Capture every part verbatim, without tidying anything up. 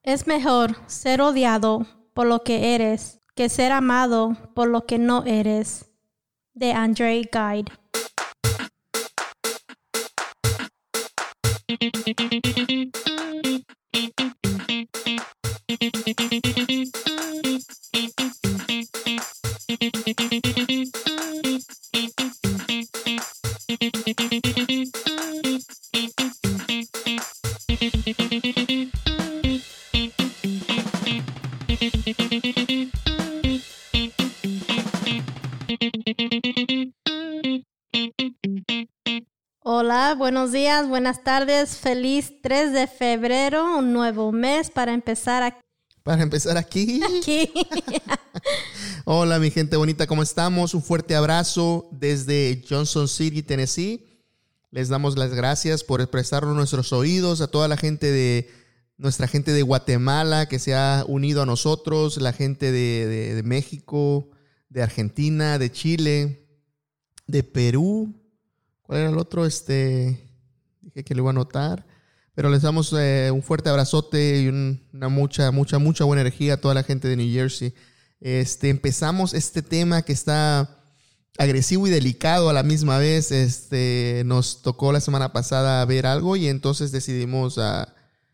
Es mejor ser odiado por lo que eres que ser amado por lo que no eres. De Andre Guide. Hola, buenos días, buenas tardes, feliz tres de febrero, un nuevo mes para empezar aquí. Para empezar aquí. Aquí. Hola mi gente bonita, ¿cómo estamos? Un fuerte abrazo desde Johnson City, Tennessee. Les damos las gracias por prestarnos nuestros oídos a toda la gente de nuestra gente de Guatemala que se ha unido a nosotros, la gente de, de, de México, de Argentina, de Chile, de Perú. ¿Cuál era el otro? Este, dije que lo iba a anotar. Pero les damos eh, un fuerte abrazote y un, una mucha, mucha, mucha buena energía a toda la gente de New Jersey. Este, empezamos este tema que está agresivo y delicado a la misma vez. Este, nos tocó la semana pasada ver algo y entonces decidimos uh,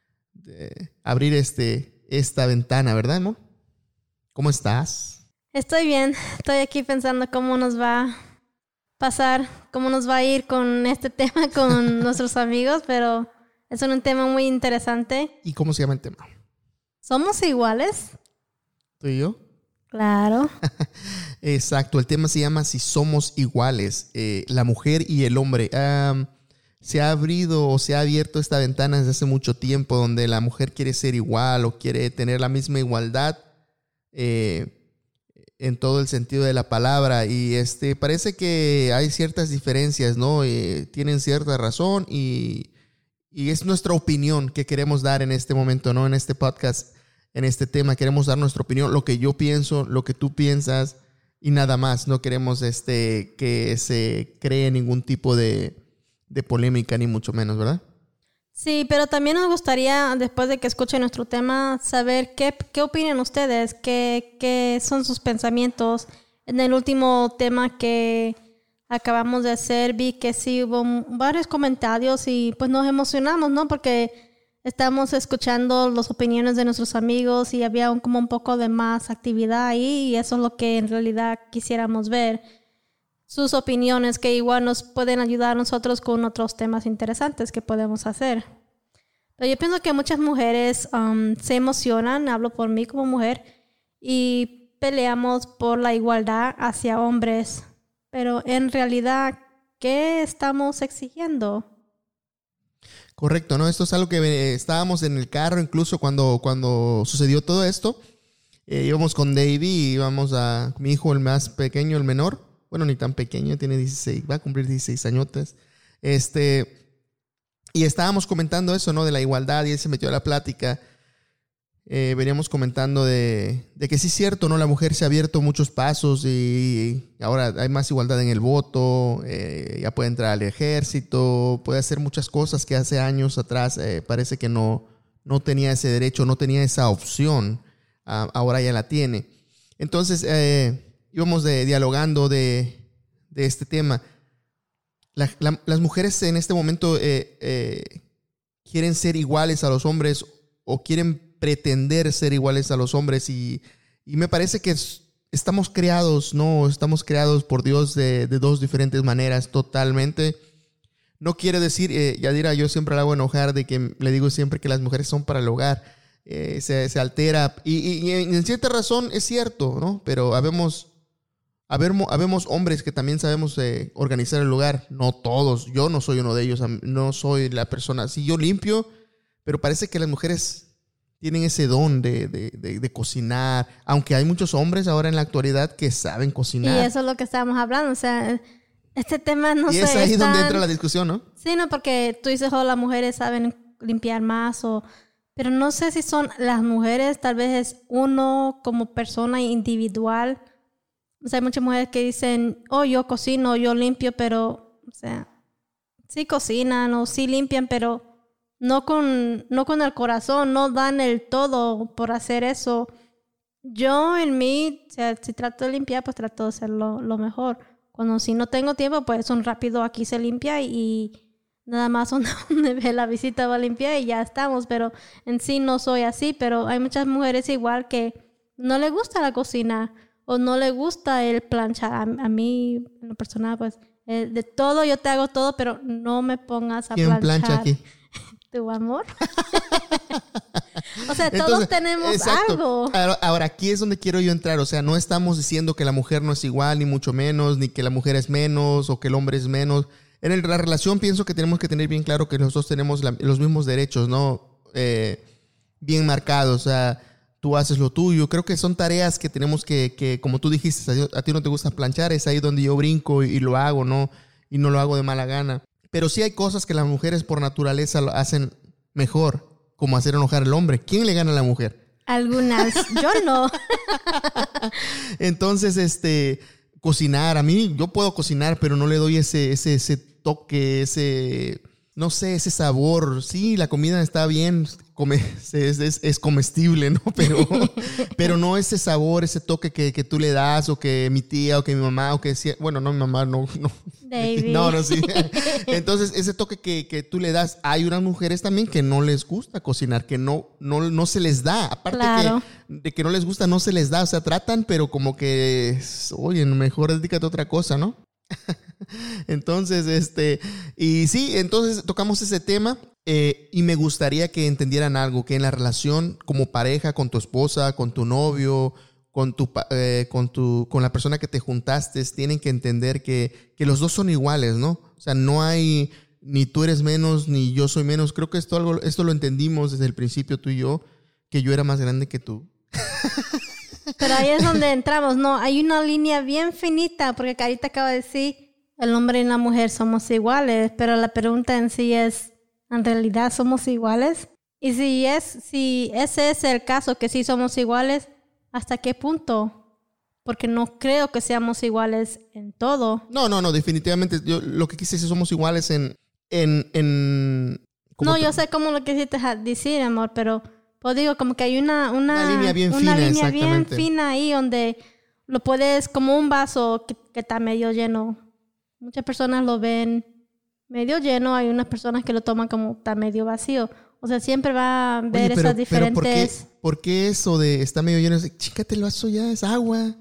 de, abrir este, esta ventana, ¿verdad, amor? ¿Cómo estás? Estoy bien. Estoy aquí pensando cómo nos va a pasar, cómo nos va a ir con este tema con nuestros amigos, pero es un tema muy interesante. ¿Y cómo se llama el tema? ¿Somos iguales? ¿Tú y yo? Claro. Exacto, el tema se llama Si somos iguales, eh, la mujer y el hombre. Um, se ha abrido o se ha abierto esta ventana desde hace mucho tiempo donde la mujer quiere ser igual o quiere tener la misma igualdad eh, en todo el sentido de la palabra. Y este parece que hay ciertas diferencias, ¿no? Eh, tienen cierta razón y, y es nuestra opinión que queremos dar en este momento, ¿no? En este podcast. En este tema queremos dar nuestra opinión, lo que yo pienso, lo que tú piensas y nada más. No queremos este, que se cree ningún tipo de, de polémica, ni mucho menos, ¿verdad? Sí, pero también nos gustaría, después de que escuchen nuestro tema, saber qué, qué opinan ustedes, qué, qué son sus pensamientos. En el último tema que acabamos de hacer, vi que sí hubo varios comentarios y pues nos emocionamos, ¿no? Porque estamos escuchando las opiniones de nuestros amigos y había un, como un poco de más actividad ahí y eso es lo que en realidad quisiéramos ver. Sus opiniones que igual nos pueden ayudar a nosotros con otros temas interesantes que podemos hacer. Pero yo pienso que muchas mujeres um, se emocionan, hablo por mí como mujer, y peleamos por la igualdad hacia hombres. Pero en realidad, ¿qué estamos exigiendo? Correcto, ¿no? Esto es algo que eh, estábamos en el carro incluso cuando, cuando sucedió todo esto. Eh, íbamos con Davey y íbamos a mi hijo, el más pequeño, el menor. Bueno, ni tan pequeño, tiene dieciséis, va a cumplir dieciséis añotes. Este, y estábamos comentando eso, ¿no? De la igualdad y él se metió a la plática. Eh, veníamos comentando de, de que sí es cierto, ¿no? La mujer se ha abierto muchos pasos y ahora hay más igualdad en el voto, eh, ya puede entrar al ejército, puede hacer muchas cosas que hace años atrás eh, parece que no, no tenía ese derecho, no tenía esa opción, uh, ahora ya la tiene. Entonces eh, íbamos de, dialogando de, de este tema. La, la, las mujeres en este momento eh, eh, quieren ser iguales a los hombres o quieren pretender ser iguales a los hombres y, y me parece que es, estamos creados, ¿no? Estamos creados por Dios de, de dos diferentes maneras totalmente. No quiere decir, eh, Yadira, yo siempre la hago enojar de que le digo siempre que las mujeres son para el hogar. Eh, se, se altera y, y, y en cierta razón es cierto, ¿no? Pero habemos, habemos, habemos hombres que también sabemos eh, organizar el hogar. No todos, yo no soy uno de ellos, no soy la persona. Sí, yo limpio, pero parece que las mujeres tienen ese don de, de, de, de cocinar, aunque hay muchos hombres ahora en la actualidad que saben cocinar. Y eso es lo que estábamos hablando, o sea, este tema no sé. Y es ahí es donde tan... entra la discusión, ¿no? Sí, no, porque tú dices, oh, las mujeres saben limpiar más, o... pero no sé si son las mujeres, tal vez es uno como persona individual. O sea, hay muchas mujeres que dicen, oh, yo cocino, yo limpio, pero, o sea, sí cocinan o sí limpian, pero no con, no con el corazón, no dan el todo por hacer eso. Yo en mí, o sea, si trato de limpiar, pues trato de hacerlo lo mejor. Cuando si no tengo tiempo, pues un rápido aquí se limpia y, y nada más donde, donde ve la visita va a limpiar y ya estamos. Pero en sí no soy así, pero hay muchas mujeres igual que no les gusta la cocina o no les gusta el planchar. A, a mí, en lo personal, pues eh, de todo yo te hago todo, pero no me pongas a ¿Quién planchar. plancha aquí? Tu amor. O sea, Entonces, todos tenemos exacto. algo. Ahora, ahora, aquí es donde quiero yo entrar. O sea, no estamos diciendo que la mujer no es igual, ni mucho menos, ni que la mujer es menos o que el hombre es menos. En el, la relación pienso que tenemos que tener bien claro que nosotros tenemos la, los mismos derechos, ¿no? Eh, bien marcados. O sea, tú haces lo tuyo. Creo que son tareas que tenemos que, que como tú dijiste, a, a ti no te gusta planchar, es ahí donde yo brinco y, y lo hago, ¿no? Y no lo hago de mala gana. Pero sí hay cosas que las mujeres por naturaleza lo hacen mejor, como hacer enojar al hombre. ¿Quién le gana a la mujer? Algunas, yo no. Entonces, este, cocinar, a mí, yo puedo cocinar, pero no le doy ese, ese, ese toque, ese, no sé, ese sabor. Sí, la comida está bien, come, es, es, es comestible, ¿no? Pero, pero no ese sabor, ese toque que, que tú le das, o que mi tía, o que mi mamá, o que, bueno, no mi mamá, no, no. David. No, no, sí. Entonces, ese toque que, que tú le das, hay unas mujeres también que no les gusta cocinar, que no, no, no se les da. Aparte claro. que, de que no les gusta, no se les da. O sea, tratan, pero como que, oye, mejor dedícate a otra cosa, ¿no? Entonces, este, y sí, entonces tocamos ese tema eh, y me gustaría que entendieran algo, que en la relación como pareja, con tu esposa, con tu novio, con tu, eh, con tu, con la persona que te juntaste, tienen que entender que, que los dos son iguales, ¿no? O sea, no hay ni tú eres menos ni yo soy menos. Creo que esto algo, esto lo entendimos desde el principio tú y yo, que yo era más grande que tú. Pero ahí es donde entramos, no, hay una línea bien finita, porque Carita acaba de decir, el hombre y la mujer somos iguales, pero la pregunta en sí es, ¿en realidad somos iguales? Y si es, si ese es el caso, que sí somos iguales, ¿hasta qué punto? Porque no creo que seamos iguales en todo. No, no, no, definitivamente. Yo lo que quise decir, somos iguales en... en, en no, te... yo sé cómo lo quisiste decir, amor, pero pues digo, como que hay una... Una, una línea bien una fina, línea bien fina ahí donde lo puedes, como un vaso que, que está medio lleno. Muchas personas lo ven medio lleno, hay unas personas que lo toman como está medio vacío. O sea, siempre va a ver. Oye, pero, esas diferentes... ¿por qué, ¿por qué eso de está medio lleno? Chícate el vaso ya, es agua.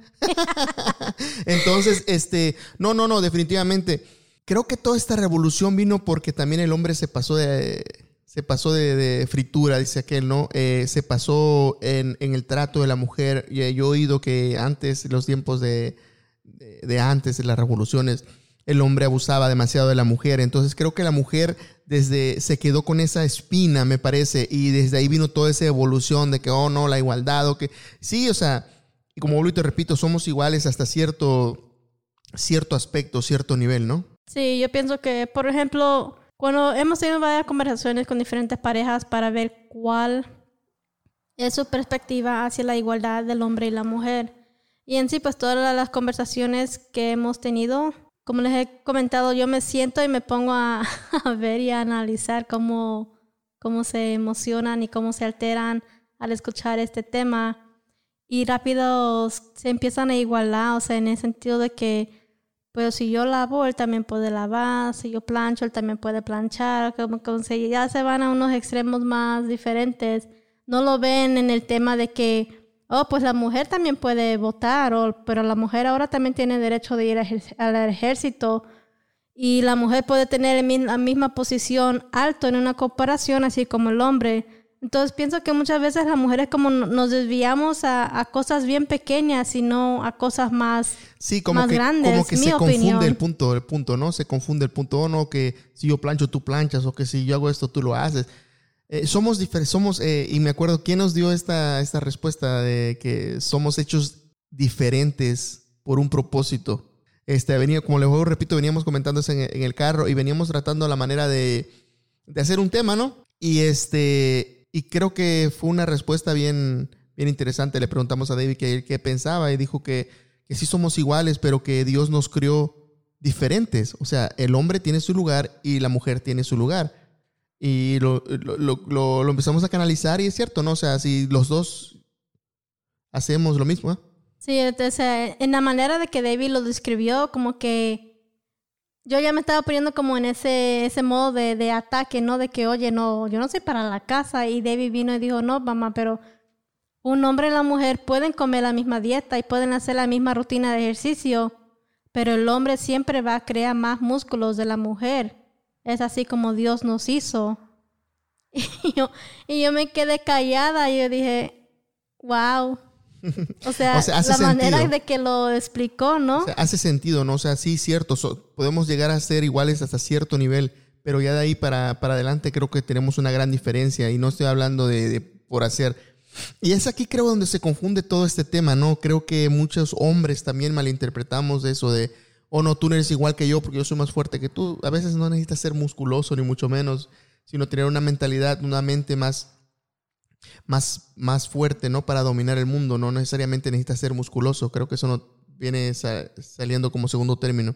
Entonces, este... No, no, no, definitivamente. Creo que toda esta revolución vino porque también el hombre se pasó de... Se pasó de, de fritura, dice aquel, ¿no? Eh, se pasó en, en el trato de la mujer. Yo he oído que antes, los tiempos de, de, de antes, de las revoluciones, el hombre abusaba demasiado de la mujer. Entonces creo que la mujer desde se quedó con esa espina, me parece, y desde ahí vino toda esa evolución de que, oh, no, la igualdad, o que... Sí, o sea, y como vuelvo y te repito, somos iguales hasta cierto, cierto aspecto, cierto nivel, ¿no? Sí, yo pienso que, por ejemplo... Cuando hemos tenido varias conversaciones con diferentes parejas para ver cuál es su perspectiva hacia la igualdad del hombre y la mujer. Y en sí, pues todas las conversaciones que hemos tenido, como les he comentado, yo me siento y me pongo a, a ver y a analizar cómo, cómo se emocionan y cómo se alteran al escuchar este tema. Y rápido se empiezan a igualar, o sea, en el sentido de que pero si yo lavo, él también puede lavar. Si yo plancho, él también puede planchar. Como, como si ya se van a unos extremos más diferentes. No lo ven en el tema de que, oh, pues la mujer también puede votar. O, pero la mujer ahora también tiene derecho de ir al ejército. Y la mujer puede tener la misma posición alto en una corporación, así como el hombre. Entonces pienso que muchas veces las mujeres como nos desviamos a, a cosas bien pequeñas y no a cosas más, sí, como más que, grandes. Como que mi se opinión. confunde el punto, el punto, ¿no? Se confunde el punto, oh, no, que si yo plancho, tú planchas, o que si yo hago esto, tú lo haces. Eh, somos diferentes, somos, eh, y me acuerdo, ¿quién nos dio esta, esta respuesta de que somos hechos diferentes por un propósito? Este, venía, como les repito, veníamos comentando eso en, en el carro y veníamos tratando la manera de, de hacer un tema, ¿no? Y este... Y creo que fue una respuesta bien, bien interesante. Le preguntamos a David qué, qué pensaba y dijo que, que sí somos iguales, pero que Dios nos creó diferentes. O sea, el hombre tiene su lugar y la mujer tiene su lugar. Y lo, lo, lo, lo, lo empezamos a canalizar y es cierto, ¿no? O sea, si los dos hacemos lo mismo, ¿eh? Sí, entonces, en la manera de que David lo describió, como que yo ya me estaba poniendo como en ese, ese modo de, de ataque, ¿no? De que, oye, no, yo no soy para la casa. Y David vino y dijo, no, mamá, pero un hombre y la mujer pueden comer la misma dieta y pueden hacer la misma rutina de ejercicio, pero el hombre siempre va a crear más músculos de la mujer. Es así como Dios nos hizo. Y yo, y yo me quedé callada y yo dije, wow. O sea, o sea la sentido. Manera de que lo explicó, ¿no? O sea, hace sentido, ¿no? O sea, sí, cierto. So, podemos llegar a ser iguales hasta cierto nivel, pero ya de ahí para, para adelante creo que tenemos una gran diferencia y no estoy hablando de, de por hacer. Y es aquí creo donde se confunde todo este tema, ¿no? Creo que muchos hombres también malinterpretamos eso de, oh no, tú no eres igual que yo porque yo soy más fuerte que tú. A veces no necesitas ser musculoso ni mucho menos, sino tener una mentalidad, una mente más, más, más fuerte, ¿no? Para dominar el mundo. No necesariamente necesitas ser musculoso. Creo que eso no viene sa- saliendo como segundo término,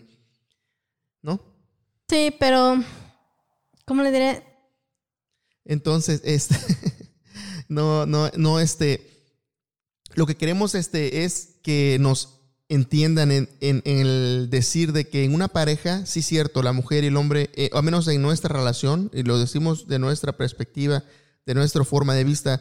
¿no? Sí, pero ¿cómo le diré? Entonces, este... No, no, no, este, lo que queremos este, es que nos entiendan en, en, en el decir de que en una pareja, sí es cierto, la mujer y el hombre, eh, al menos en nuestra relación, y lo decimos de nuestra perspectiva, de nuestra forma de vista,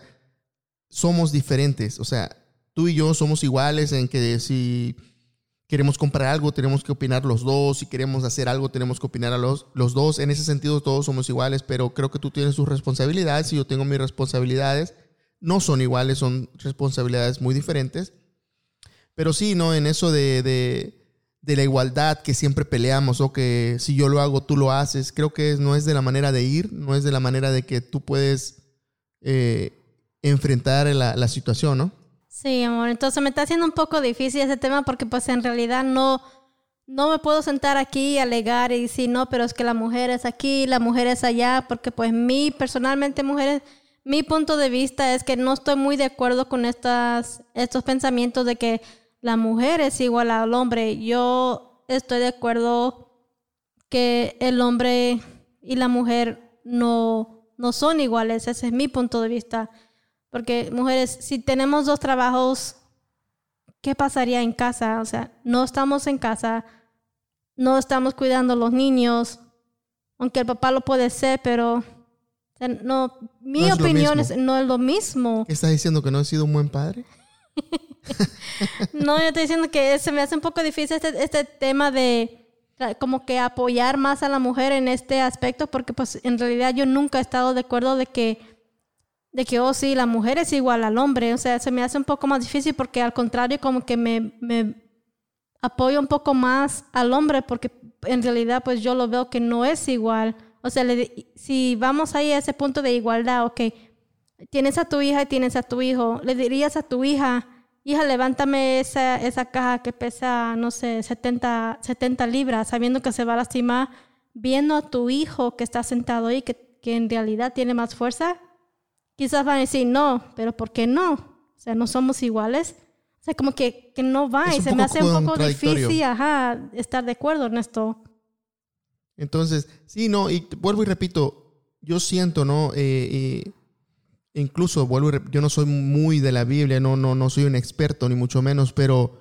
somos diferentes. O sea, tú y yo somos iguales en que si queremos comprar algo, tenemos que opinar los dos. Si queremos hacer algo, tenemos que opinar a los, los dos. En ese sentido, todos somos iguales, pero creo que tú tienes tus responsabilidades y yo tengo mis responsabilidades. No son iguales, son responsabilidades muy diferentes. Pero sí, ¿no? En eso de, de, de la igualdad que siempre peleamos, o que si yo lo hago, tú lo haces, creo que es, no es de la manera de ir, no es de la manera de que tú puedes eh, enfrentar la, la situación, ¿no? Sí, amor. Entonces me está haciendo un poco difícil ese tema porque pues en realidad no, no me puedo sentar aquí y alegar y decir, no, pero es que la mujer es aquí, la mujer es allá, porque pues mí, personalmente, mujeres, mi punto de vista es que no estoy muy de acuerdo con estas, estos pensamientos de que la mujer es igual al hombre. Yo estoy de acuerdo que el hombre y la mujer no, no son iguales. Ese es mi punto de vista. Porque, mujeres, si tenemos dos trabajos, ¿qué pasaría en casa? O sea, no estamos en casa, no estamos cuidando a los niños, aunque el papá lo puede ser, pero o sea, no, mi no es opinión es, no es lo mismo. ¿Qué estás diciendo? ¿Que no he sido un buen padre? No, yo estoy diciendo que se me hace un poco difícil este, este tema de como que apoyar más a la mujer en este aspecto, porque pues en realidad yo nunca he estado de acuerdo de que de que, oh, sí, la mujer es igual al hombre. O sea, se me hace un poco más difícil porque al contrario como que me, me apoyo un poco más al hombre porque en realidad pues yo lo veo que no es igual. O sea, le, si vamos ahí a ese punto de igualdad, ok, tienes a tu hija y tienes a tu hijo, le dirías a tu hija, hija, levántame esa, esa caja que pesa, no sé, setenta, setenta libras, sabiendo que se va a lastimar, viendo a tu hijo que está sentado ahí, que, que en realidad tiene más fuerza. Quizás van a decir, no, pero ¿por qué no? O sea, no somos iguales. O sea, como que, que no va y se me hace un poco difícil ajá, estar de acuerdo en esto. Entonces, sí, no, y vuelvo y repito, yo siento, ¿no? Eh, eh, incluso, vuelvo y repito, yo no soy muy de la Biblia, no, no, no soy un experto, ni mucho menos, pero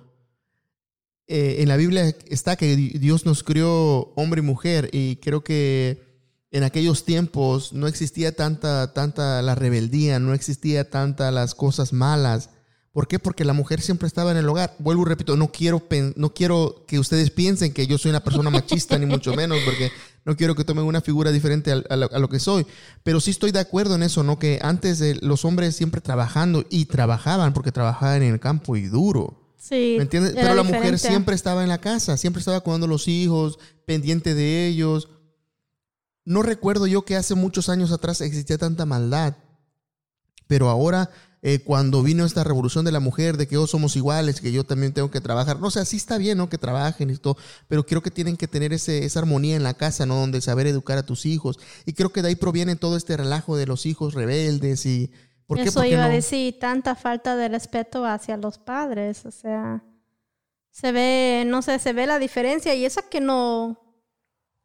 eh, en la Biblia está que Dios nos creó hombre y mujer y creo que en aquellos tiempos no existía tanta, tanta la rebeldía, no existía tanta las cosas malas. ¿Por qué? Porque la mujer siempre estaba en el hogar. Vuelvo y repito, no quiero, no quiero que ustedes piensen que yo soy una persona machista, ni mucho menos, porque no quiero que tomen una figura diferente a, a, lo, a lo que soy. Pero sí estoy de acuerdo en eso, ¿no? Que antes eh, los hombres siempre trabajando y trabajaban porque trabajaban en el campo y duro. Sí. ¿Me entiendes? Pero la mujer siempre estaba en la casa, siempre estaba cuidando a los hijos, pendiente de ellos. No recuerdo yo que hace muchos años atrás existía tanta maldad, pero ahora eh, cuando vino esta revolución de la mujer, de que oh, somos iguales, que yo también tengo que trabajar, no, o sea, sí está bien, ¿no? Que trabajen y todo, pero creo que tienen que tener ese, esa armonía en la casa, ¿no? Donde saber educar a tus hijos, y creo que de ahí proviene todo este relajo de los hijos rebeldes y... ¿por qué? Eso Porque iba no... a decir, tanta falta de respeto hacia los padres, o sea, se ve, no sé, se ve la diferencia y eso que no...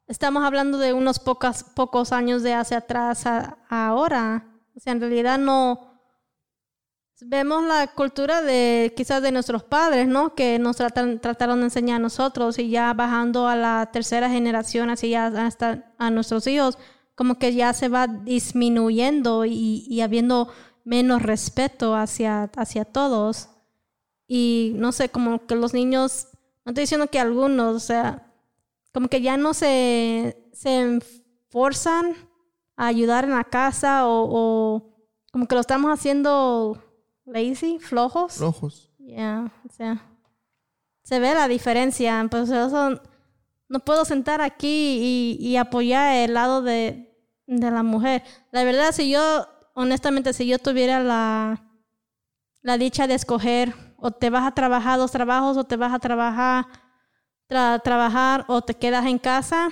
estamos hablando de unos pocos, pocos años de hacia atrás a, a ahora. O sea, en realidad no... Vemos la cultura de quizás de nuestros padres, ¿no? Que nos tratan, trataron de enseñar a nosotros y ya bajando a la tercera generación, así ya hasta a nuestros hijos, como que ya se va disminuyendo y, y habiendo menos respeto hacia, hacia todos. Y no sé, como que los niños, no estoy diciendo que algunos, o sea, como que ya no se, se forzan a ayudar en la casa o, o como que lo estamos haciendo... lazy, flojos. Flojos. Ya, yeah, o sea, se ve la diferencia. Pues eso, no puedo sentar aquí y, y apoyar el lado de, de la mujer. La verdad, si yo, honestamente, si yo tuviera la, la dicha de escoger o te vas a trabajar dos trabajos o te vas a trabajar, tra, trabajar o te quedas en casa,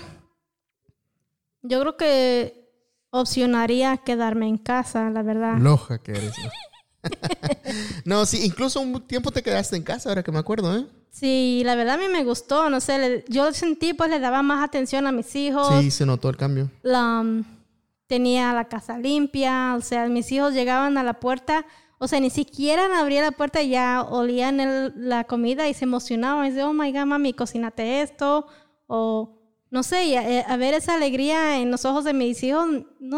yo creo que opcionaría quedarme en casa, la verdad. Loja que eres, ¿no? No, sí, incluso un tiempo te quedaste en casa, ahora que me acuerdo, ¿eh? Sí, la verdad a mí me gustó, no sé, le, yo sentí pues le daba más atención a mis hijos. Sí, se notó el cambio. La, um, tenía la casa limpia, o sea, mis hijos llegaban a la puerta, o sea, ni siquiera abría la puerta y ya olían el, la comida y se emocionaban. Y decían, oh my God, mami, cocínate esto, o no sé, y a, a ver esa alegría en los ojos de mis hijos, no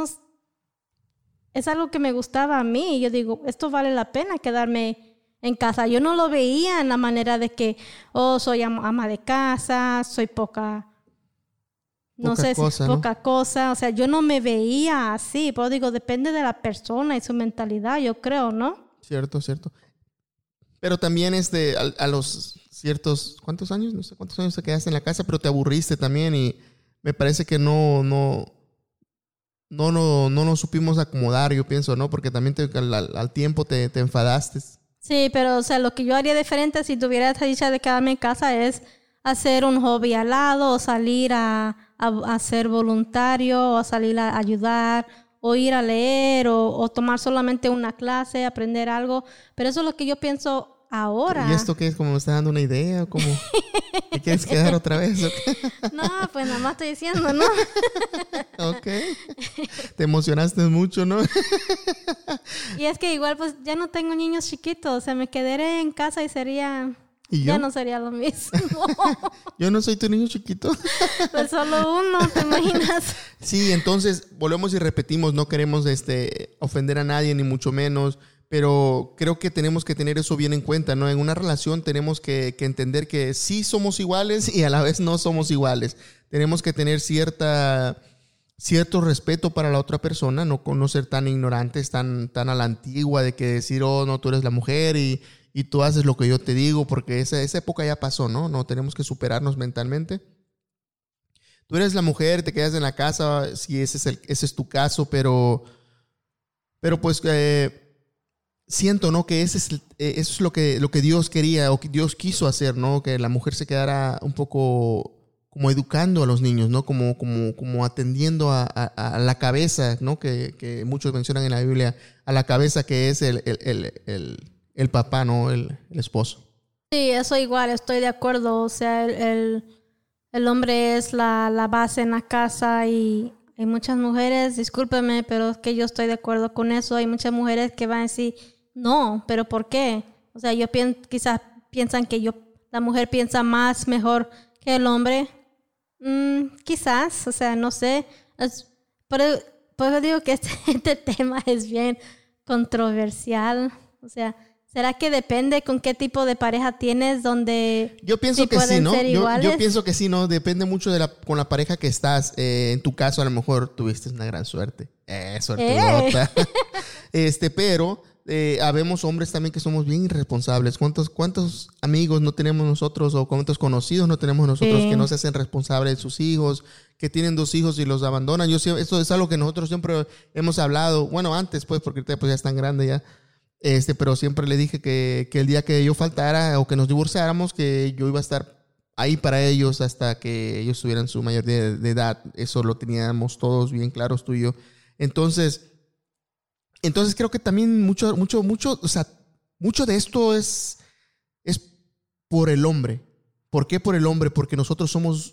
es algo que me gustaba a mí. Y yo digo, esto vale la pena quedarme en casa. Yo no lo veía en la manera de que, oh, soy ama de casa, soy poca, no poca sé, cosa, si poca ¿no? cosa. O sea, yo no me veía así. Pero digo, depende de la persona y su mentalidad, yo creo, ¿no? Cierto, cierto. Pero también este, a, a los ciertos, ¿cuántos años? No sé cuántos años te quedaste en la casa, pero te aburriste también y me parece que no, no... No, no, no nos supimos acomodar, yo pienso, ¿no? Porque también te, al, al tiempo te, te enfadaste. Sí, pero o sea, lo que yo haría diferente si tuviera esa dicha de quedarme en casa es hacer un hobby al lado o salir a, a, a ser voluntario o salir a ayudar o ir a leer o, o tomar solamente una clase, aprender algo. Pero eso es lo que yo pienso ahora. ¿Y esto qué es? ¿Como me estás dando una idea? ¿O cómo? ¿Te quieres quedar otra vez? No, pues nada más estoy diciendo, ¿no? Ok. Te emocionaste mucho, ¿no? Y es que igual pues ya no tengo niños chiquitos. O sea, me quedaré en casa y sería... ¿Y yo? Ya no sería lo mismo. Yo no soy tu niño chiquito. Pues solo uno, ¿te imaginas? Sí, entonces volvemos y repetimos, no queremos este, ofender a nadie, ni mucho menos, pero creo que tenemos que tener eso bien en cuenta, ¿no? En una relación tenemos que, que entender que sí somos iguales y a la vez no somos iguales. Tenemos que tener cierta, cierto respeto para la otra persona, no, no ser tan ignorantes, tan, tan a la antigua de que decir, oh, no, tú eres la mujer y... y tú haces lo que yo te digo, porque esa, esa época ya pasó, ¿no? No tenemos que superarnos mentalmente. Tú eres la mujer, te quedas en la casa, si ese es, el, ese es tu caso, pero, pero pues eh, siento, ¿no? Que ese es, eh, eso es lo que, lo que Dios quería o que Dios quiso hacer, ¿no? Que la mujer se quedara un poco como educando a los niños, ¿no? Como, como, como atendiendo a, a, a la cabeza, ¿no? Que, que muchos mencionan en la Biblia, a la cabeza que es el... el, el, el El papá, ¿no? El, el esposo. Sí, eso igual, estoy de acuerdo. O sea, el, el, el hombre es la, la base en la casa y hay muchas mujeres, discúlpeme, pero es que yo estoy de acuerdo con eso. Hay muchas mujeres que van a decir, no, ¿pero por qué? O sea, yo pienso, quizás piensan que yo, la mujer piensa más, mejor que el hombre. Mm, quizás, o sea, no sé. Es, por, por eso digo que este, este tema es bien controversial. O sea... ¿será que depende con qué tipo de pareja tienes donde yo pienso sí que sí, ¿no? Yo, yo pienso que sí, ¿no? Depende mucho de la, con la pareja que estás. Eh, en tu caso, a lo mejor tuviste una gran suerte. Eh, suertudota. Eh. este, pero eh, habemos hombres también que somos bien irresponsables. ¿Cuántos, cuántos amigos no tenemos nosotros o cuántos conocidos no tenemos nosotros eh. que no se hacen responsables de sus hijos, que tienen dos hijos y los abandonan? Yo esto es algo que nosotros siempre hemos hablado. Bueno, antes, pues, porque ahorita pues, ya están grandes ya. Este, pero siempre le dije que, que el día que yo faltara o que nos divorciáramos, que yo iba a estar ahí para ellos hasta que ellos tuvieran su mayoría de, de edad. Eso lo teníamos todos bien claros, tú y yo. Entonces, entonces creo que también mucho, mucho, mucho, o sea, mucho de esto es, es por el hombre. ¿Por qué por el hombre? Porque nosotros somos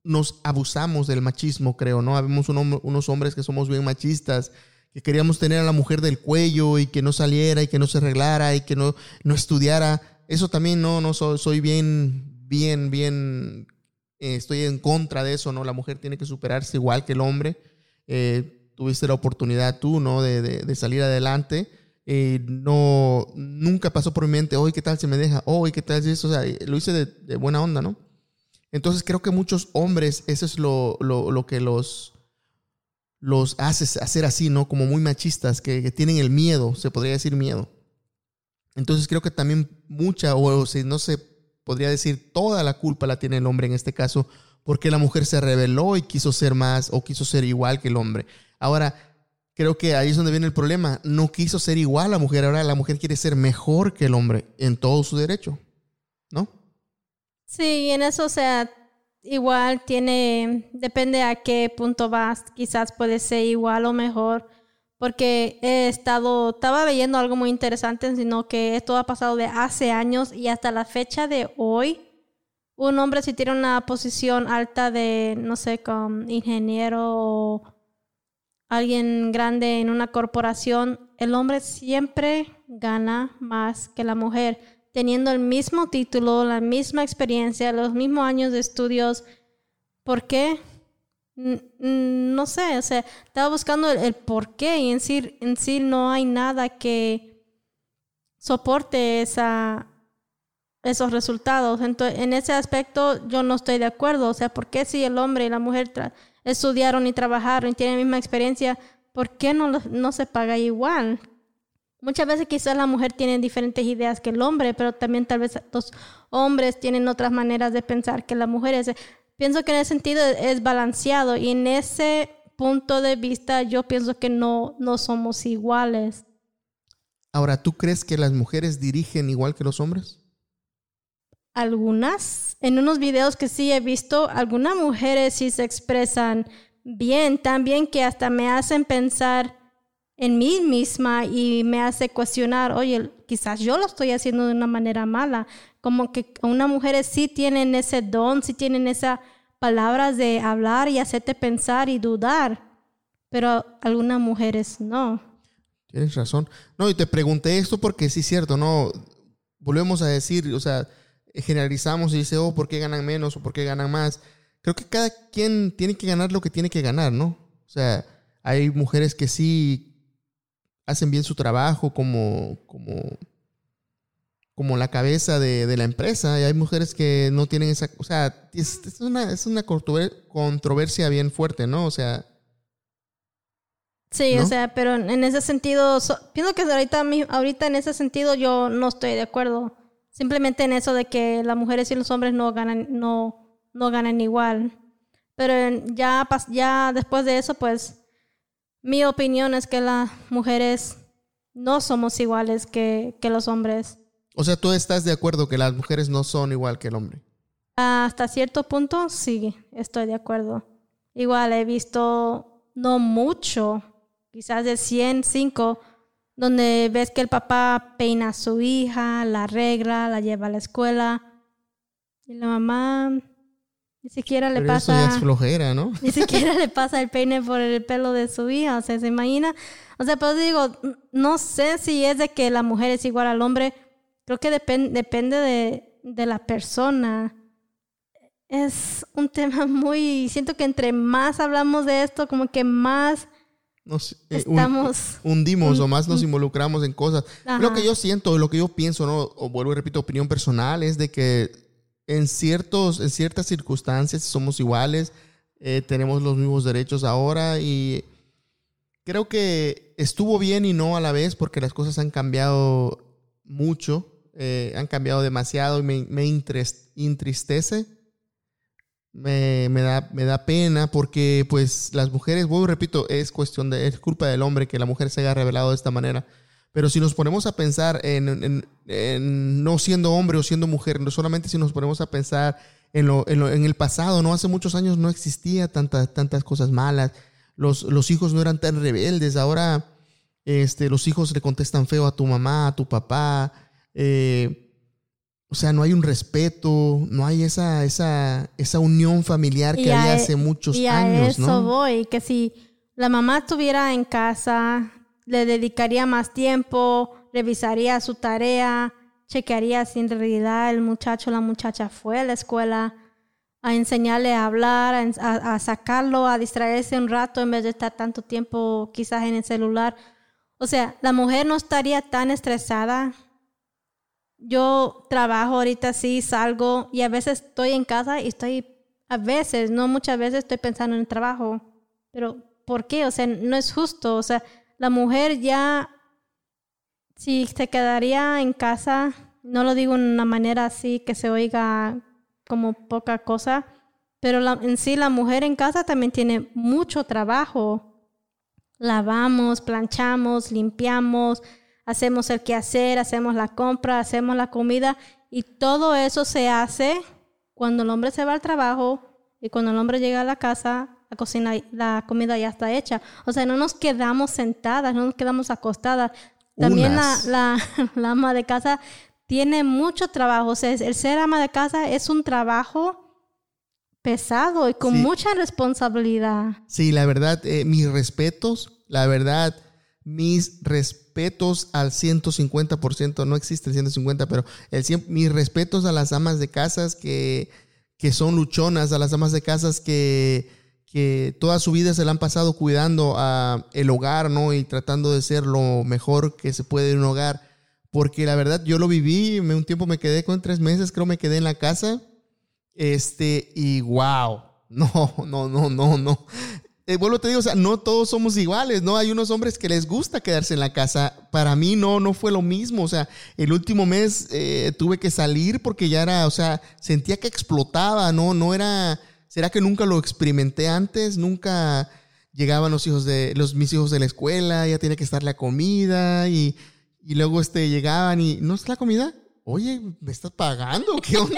nos abusamos del machismo, creo, ¿no? Habemos un, unos hombres que somos bien machistas, que queríamos tener a la mujer del cuello y que no saliera y que no se arreglara y que no, no estudiara. Eso también no, no soy, soy bien, bien, bien, eh, estoy en contra de eso, ¿no? La mujer tiene que superarse igual que el hombre. Eh, tuviste la oportunidad tú, ¿no? De, de, de salir adelante. Eh, no, nunca pasó por mi mente, hoy, ¿qué tal si me deja? Hoy, ¿qué tal si eso? O sea, lo hice de, de buena onda, ¿no? Entonces creo que muchos hombres, eso es lo, lo, lo que los, los hace hacer así, ¿no? Como muy machistas, que, que tienen el miedo, se podría decir miedo. Entonces creo que también mucha, o si no se podría decir toda la culpa la tiene el hombre en este caso, porque la mujer se rebeló y quiso ser más o quiso ser igual que el hombre. Ahora, creo que ahí es donde viene el problema. No quiso ser igual a la mujer, ahora la mujer quiere ser mejor que el hombre en todo su derecho, ¿no? Sí, en eso, o sea, igual tiene, depende a qué punto vas, quizás puede ser igual o mejor, porque he estado, estaba leyendo algo muy interesante, sino que esto ha pasado de hace años y hasta la fecha de hoy, un hombre si tiene una posición alta de, no sé, como ingeniero o alguien grande en una corporación, el hombre siempre gana más que la mujer, teniendo el mismo título, la misma experiencia, los mismos años de estudios. ¿Por qué? No sé, o sea, estaba buscando el, el por qué y en sí, en sí no hay nada que soporte esa, esos resultados. Entonces, en ese aspecto yo no estoy de acuerdo. O sea, ¿por qué si el hombre y la mujer tra- estudiaron y trabajaron y tienen la misma experiencia, por qué no, no se paga igual? Muchas veces quizás la mujer tiene diferentes ideas que el hombre, pero también tal vez los hombres tienen otras maneras de pensar que las mujeres. Pienso que en ese sentido es balanceado y en ese punto de vista yo pienso que no, no somos iguales. Ahora, ¿tú crees que las mujeres dirigen igual que los hombres? Algunas, en unos videos que sí he visto, algunas mujeres sí se expresan bien, tan bien que hasta me hacen pensar en mí misma y me hace cuestionar, oye, quizás yo lo estoy haciendo de una manera mala. Como que unas mujeres sí tienen ese don, sí tienen esas palabras de hablar y hacerte pensar y dudar, pero algunas mujeres no. Tienes razón. No, y te pregunté esto porque sí es cierto, ¿no? Volvemos a decir, o sea, generalizamos y dice, oh, ¿por qué ganan menos o por qué ganan más? Creo que cada quien tiene que ganar lo que tiene que ganar, ¿no? O sea, hay mujeres que sí hacen bien su trabajo como, como, como la cabeza de, de la empresa, y hay mujeres que no tienen esa, o sea, es, es una, es una controversia bien fuerte, ¿no? O sea, sí, ¿no? O sea, pero en ese sentido, so, pienso que ahorita, ahorita en ese sentido yo no estoy de acuerdo. Simplemente en eso de que las mujeres y los hombres no ganan, no, no ganan igual. Pero ya, ya después de eso, pues, mi opinión es que las mujeres no somos iguales que, que los hombres. O sea, ¿tú estás de acuerdo que las mujeres no son igual que el hombre? Hasta cierto punto, sí, estoy de acuerdo. Igual he visto, no mucho, quizás de cien, cinco, donde ves que el papá peina a su hija, la arregla, la lleva a la escuela, y la mamá ni siquiera le Pero pasa... eso ya es flojera, ¿no? Ni siquiera le pasa el peine por el pelo de su hija, o sea, ¿se imagina? O sea, pues digo, no sé si es de que la mujer es igual al hombre, creo que depend, depende de, de la persona. Es un tema muy... Siento que entre más hablamos de esto, como que más nos eh, estamos... Un, hundimos un, o más nos involucramos en cosas. Ajá. Lo que yo siento, lo que yo pienso, ¿no? O vuelvo y repito, opinión personal, es de que en, ciertos, en ciertas circunstancias somos iguales, eh, tenemos los mismos derechos ahora y creo que estuvo bien y no a la vez porque las cosas han cambiado mucho, eh, han cambiado demasiado y me, me entristece. Me, me, da, me da pena porque pues las mujeres, vuelvo y repito, es cuestión de, es culpa del hombre que la mujer se haya revelado de esta manera. Pero si nos ponemos a pensar en, en, en no siendo hombre o siendo mujer, no solamente si nos ponemos a pensar en, lo, en, lo, en el pasado, no hace muchos años no existía tanta, tantas cosas malas, los, los hijos no eran tan rebeldes, ahora este, los hijos le contestan feo a tu mamá, a tu papá, eh, o o sea, no hay un respeto, no hay esa, esa, esa unión familiar que había hace muchos y años, a eso ¿no? voy, que si la mamá estuviera en casa, le dedicaría más tiempo, revisaría su tarea, chequearía si en realidad el muchacho o la muchacha fue a la escuela, a enseñarle a hablar, a, a, a sacarlo, a distraerse un rato en vez de estar tanto tiempo quizás en el celular. O sea, la mujer no estaría tan estresada. Yo trabajo ahorita, sí, salgo y a veces estoy en casa y estoy, a veces, no muchas veces estoy pensando en el trabajo. Pero, ¿por qué? O sea, no es justo. O sea, la mujer ya, si se quedaría en casa, no lo digo de una manera así que se oiga como poca cosa, pero la, en sí la mujer en casa también tiene mucho trabajo. Lavamos, planchamos, limpiamos, hacemos el quehacer, hacemos la compra, hacemos la comida y todo eso se hace cuando el hombre se va al trabajo y cuando el hombre llega a la casa, la cocina, la comida ya está hecha. O sea, no nos quedamos sentadas, no nos quedamos acostadas. También la, la, la ama de casa tiene mucho trabajo. O sea, el ser ama de casa es un trabajo pesado y con sí. mucha responsabilidad. Sí, la verdad, eh, mis respetos, la verdad, mis respetos al ciento cincuenta por ciento, no existe el ciento cincuenta, pero el cien, mis respetos a las amas de casas que, que son luchonas, a las amas de casas que, que toda su vida se la han pasado cuidando a el hogar, ¿no? Y tratando de ser lo mejor que se puede en un hogar. Porque la verdad, yo lo viví, me, un tiempo me quedé con tres meses, creo me quedé en la casa. Este, y wow, no, no, no, no, no. Eh, vuelvo te digo, o sea, no todos somos iguales, ¿no? Hay unos hombres que les gusta quedarse en la casa. Para mí no, no fue lo mismo. O sea, el último mes eh, tuve que salir porque ya era, o sea, sentía que explotaba, ¿no? No era, ¿será que nunca lo experimenté antes? Nunca llegaban los hijos de, los, mis hijos de la escuela, ya tenía que estar la comida y, y luego este, llegaban y, ¿no es la comida? Oye, ¿me estás pagando? ¿Qué onda?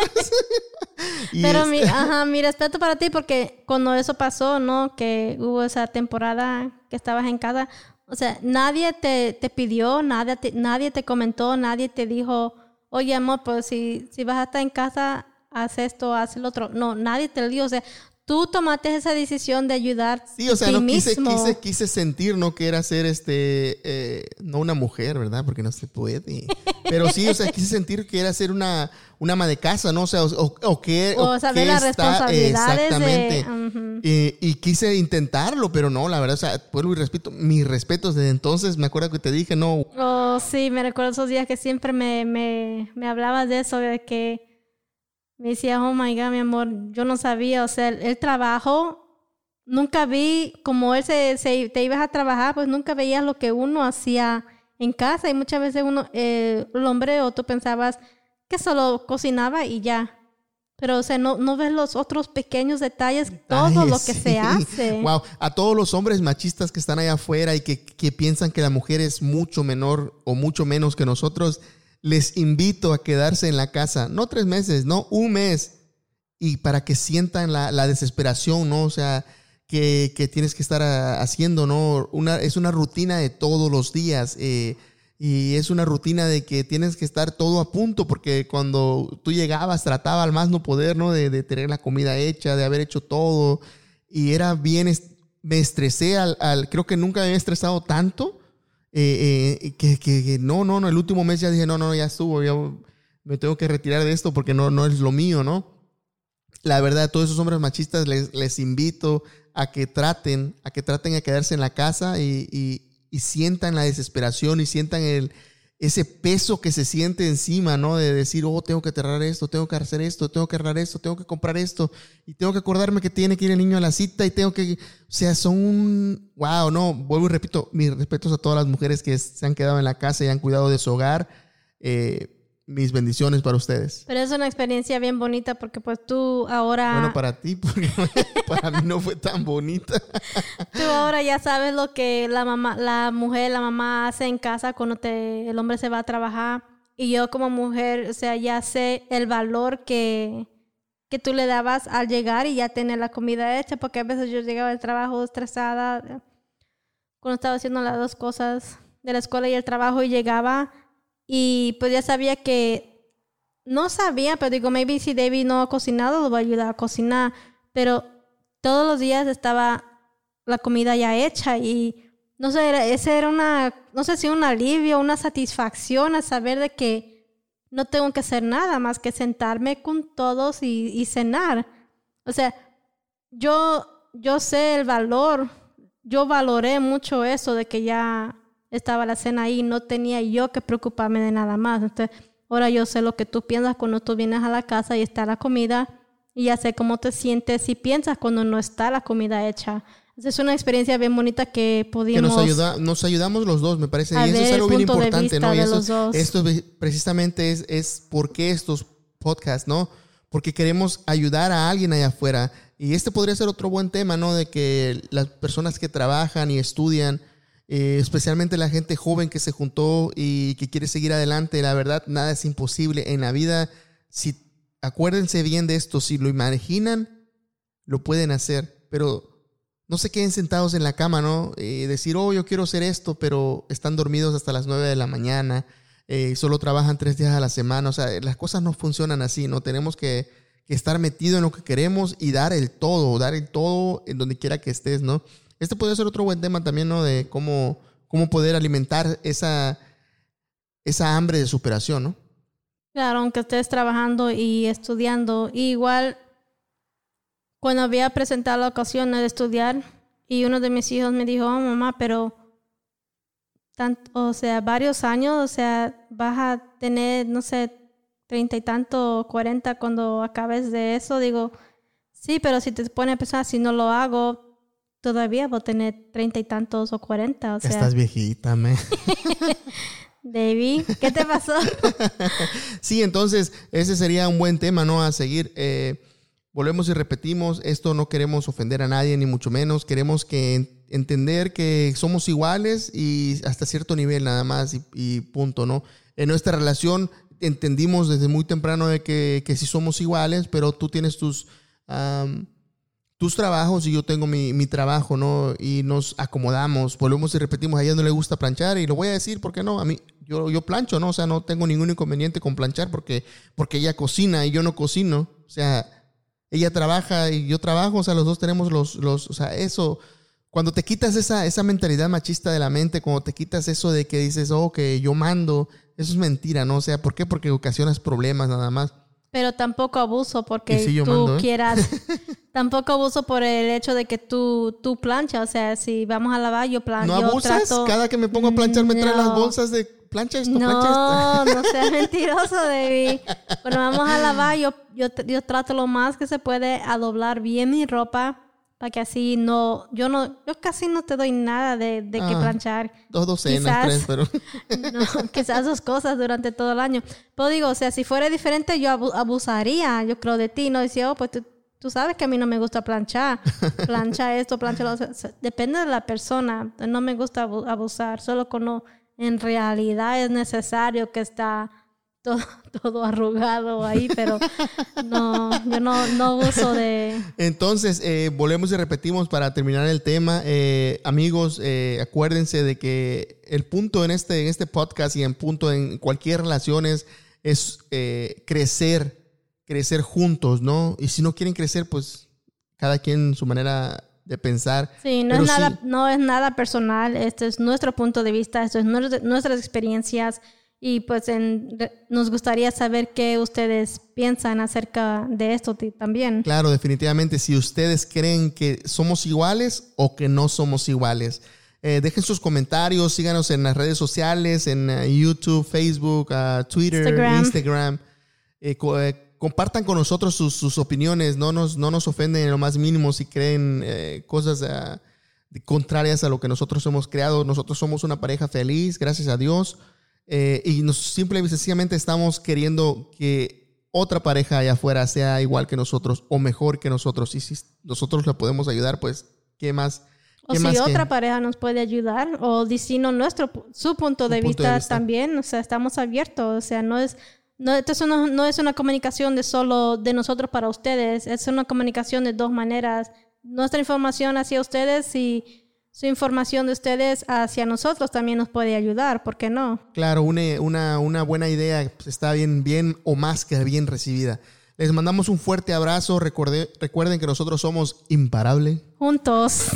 Pero mi, ajá, mi respeto para ti, porque cuando eso pasó, ¿no? Que hubo esa temporada que estabas en casa, o sea, nadie te, te pidió, nadie te, nadie te comentó, nadie te dijo, oye, amor, pues si, si vas a estar en casa, haz esto, haz el otro. No, nadie te lo dijo, o sea, tú tomaste esa decisión de ayudar. Sí, o sea, a ti no quise, mismo. quise, quise sentir, no que era ser este, eh, no una mujer, ¿verdad? Porque no se puede. Pero sí, o sea, quise sentir que era ser una, una ama de casa, ¿no? O sea, o, o que. O, o saber las responsabilidades. Exactamente. De, uh-huh. y, y quise intentarlo, pero no, la verdad, o sea, vuelvo y respeto, mis respetos desde entonces, me acuerdo que te dije, no. Oh, sí, me recuerdo esos días que siempre me, me, me hablabas de eso, de que me decía, oh my God, mi amor, yo no sabía, o sea, el, el trabajo, nunca vi, como él se, se, te ibas a trabajar, pues nunca veías lo que uno hacía en casa y muchas veces uno, eh, el hombre o tú pensabas que solo cocinaba y ya. Pero, o sea, no, no ves los otros pequeños detalles, Ay, todo lo sí. que se hace. Wow, a todos los hombres machistas que están allá afuera y que, que piensan que la mujer es mucho menor o mucho menos que nosotros, les invito a quedarse en la casa, no tres meses, no un mes, y para que sientan la, la desesperación, ¿no? O sea, que, que tienes que estar a, haciendo, ¿no? Una, es una rutina de todos los días, eh, y es una rutina de que tienes que estar todo a punto, porque cuando tú llegabas trataba al más no poder, ¿no? De, de tener la comida hecha, de haber hecho todo, y era bien, me estresé al, al creo que nunca me había estresado tanto. Eh, eh, que, que, que no, no, no, el último mes ya dije, no, no, ya estuvo, ya me tengo que retirar de esto porque no, no es lo mío, ¿no? La verdad, a todos esos hombres machistas les, les invito a que traten, a que traten de quedarse en la casa y, y, y sientan la desesperación y sientan el, ese peso que se siente encima, ¿no? De decir, oh, tengo que cerrar esto, tengo que hacer esto, tengo que arreglar esto, tengo que comprar esto y tengo que acordarme que tiene que ir el niño a la cita y tengo que, o sea, son, wow, no, vuelvo y repito, mis respetos a todas las mujeres que se han quedado en la casa y han cuidado de su hogar, eh, mis bendiciones para ustedes. Pero es una experiencia bien bonita porque pues tú ahora... Bueno, para ti, porque para mí no fue tan bonita. Tú ahora ya sabes lo que la mamá, la mujer, la mamá hace en casa cuando te, el hombre se va a trabajar. Y yo como mujer, o sea, ya sé el valor que, que tú le dabas al llegar y ya tener la comida hecha. Porque a veces yo llegaba del trabajo estresada cuando estaba haciendo las dos cosas de la escuela y el trabajo y llegaba... Y pues ya sabía que no sabía, pero digo, maybe si David no ha cocinado, lo voy a ayudar a cocinar. Pero todos los días estaba la comida ya hecha y no sé, era, ese era una, no sé si un alivio, una satisfacción a saber de que no tengo que hacer nada más que sentarme con todos y, y cenar. O sea, yo, yo sé el valor, yo valoré mucho eso de que ya estaba la cena ahí, no tenía yo que preocuparme de nada más. Entonces, ahora yo sé lo que tú piensas cuando tú vienes a la casa y está la comida y ya sé cómo te sientes y piensas cuando no está la comida hecha. Es una experiencia bien bonita que pudimos... Que nos, ayuda, nos ayudamos los dos, me parece. Y eso es algo bien importante, ¿no? Y eso, esto precisamente es, es por qué estos podcasts, ¿no? Porque queremos ayudar a alguien allá afuera. Y este podría ser otro buen tema, ¿no? De que las personas que trabajan y estudian, eh, especialmente la gente joven que se juntó y que quiere seguir adelante, la verdad, nada es imposible en la vida. Si acuérdense bien de esto, si lo imaginan, lo pueden hacer, pero... No se queden sentados en la cama, ¿no? Eh, decir, oh, yo quiero hacer esto, pero están dormidos hasta las nueve de la mañana. Eh, solo trabajan tres días a la semana. O sea, las cosas no funcionan así, ¿no? Tenemos que, que estar metidos en lo que queremos y dar el todo, dar el todo en donde quiera que estés, ¿no? Este podría ser otro buen tema también, ¿no? De cómo, cómo poder alimentar esa, esa hambre de superación, ¿no? Claro, aunque estés trabajando y estudiando, igual... Cuando había presentado la ocasión de estudiar y uno de mis hijos me dijo, oh, mamá, pero tanto, o sea, varios años, o sea, vas a tener, no sé, treinta y tanto, cuarenta cuando acabes de eso. Digo, sí, pero si te pones a pensar, si no lo hago, todavía voy a tener treinta y tantos o cuarenta. O sea, estás viejita, me. David, ¿qué te pasó? Sí, entonces ese sería un buen tema, ¿no? A seguir. Eh, Volvemos y repetimos, esto no queremos ofender a nadie, ni mucho menos. Queremos que entender que somos iguales y hasta cierto nivel nada más y, y punto, ¿no? En nuestra relación entendimos desde muy temprano de que, que sí somos iguales, pero tú tienes tus, um, tus trabajos y yo tengo mi, mi trabajo, ¿no? Y nos acomodamos. Volvemos y repetimos, a ella no le gusta planchar y lo voy a decir, ¿por qué no? A mí, yo, yo plancho, ¿no? O sea, no tengo ningún inconveniente con planchar porque, porque ella cocina y yo no cocino. O sea... Ella trabaja y yo trabajo, o sea, los dos tenemos los, los, o sea, eso, cuando te quitas esa, esa mentalidad machista de la mente, cuando te quitas eso de que dices, oh, que yo mando, eso es mentira, ¿no? O sea, ¿por qué? Porque ocasionas problemas nada más. Pero tampoco abuso porque sí, tú mando, ¿eh? quieras, tampoco abuso por el hecho de que tú, tú planchas, o sea, si vamos a lavar, yo plancho. ¿No abusas? Trato... Cada que me pongo a planchar me no. trae las bolsas de plancha esto, no, plancha esto. No, no seas mentiroso, David. Cuando vamos a lavar, yo, yo, yo trato lo más que se puede a doblar bien mi ropa para que así no, yo no, yo casi no te doy nada de, de ah, que planchar. Dos docenas, tres, pero... no, quizás dos cosas durante todo el año. Pero digo, o sea, si fuera diferente, yo abusaría, yo creo, de ti. No decía, oh, pues tú, tú sabes que a mí no me gusta planchar. Plancha esto, plancha lo otro. O sea, depende de la persona. No me gusta abusar, solo cuando en realidad es necesario que está todo, todo arrugado ahí, pero no, yo no, no uso de... Entonces, eh, volvemos y repetimos para terminar el tema. Eh, amigos, eh, acuérdense de que el punto en este, en este podcast y en punto en cualquier relación es, es eh, crecer, crecer juntos, ¿no? Y si no quieren crecer, pues cada quien su manera de pensar. Sí, no, es nada, sí. no es nada personal. Este es nuestro punto de vista, esto es nuestras experiencias. Y pues en, nos gustaría saber qué ustedes piensan acerca de esto también. Claro, definitivamente. Si ustedes creen que somos iguales o que no somos iguales. Eh, dejen sus comentarios, síganos en las redes sociales, en uh, YouTube, Facebook, uh, Twitter, Instagram. Instagram. Eh, co- eh, compartan con nosotros sus, sus opiniones. No nos, no nos ofenden en lo más mínimo si creen eh, cosas uh, contrarias a lo que nosotros hemos creado. Nosotros somos una pareja feliz, gracias a Dios. Eh, y nos, simple y sencillamente estamos queriendo que otra pareja allá afuera sea igual que nosotros o mejor que nosotros. Y si nosotros la podemos ayudar, pues, ¿qué más? O ¿Qué si más otra que... pareja nos puede ayudar o diciendo nuestro, su punto, de, punto vista de vista también. O sea, estamos abiertos. O sea, no es, no, esto no, no es una comunicación de solo de nosotros para ustedes. Es una comunicación de dos maneras. Nuestra información hacia ustedes y... su información de ustedes hacia nosotros también nos puede ayudar, ¿por qué no? Claro, una, una, una buena idea pues, está bien, bien o más que bien recibida. Les mandamos un fuerte abrazo. Recorde, recuerden que nosotros somos imparables. Juntos.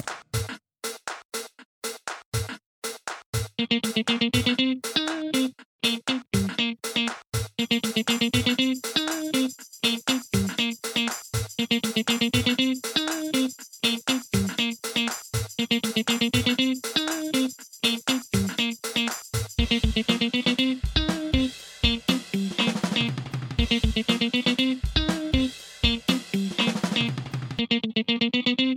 Thank you.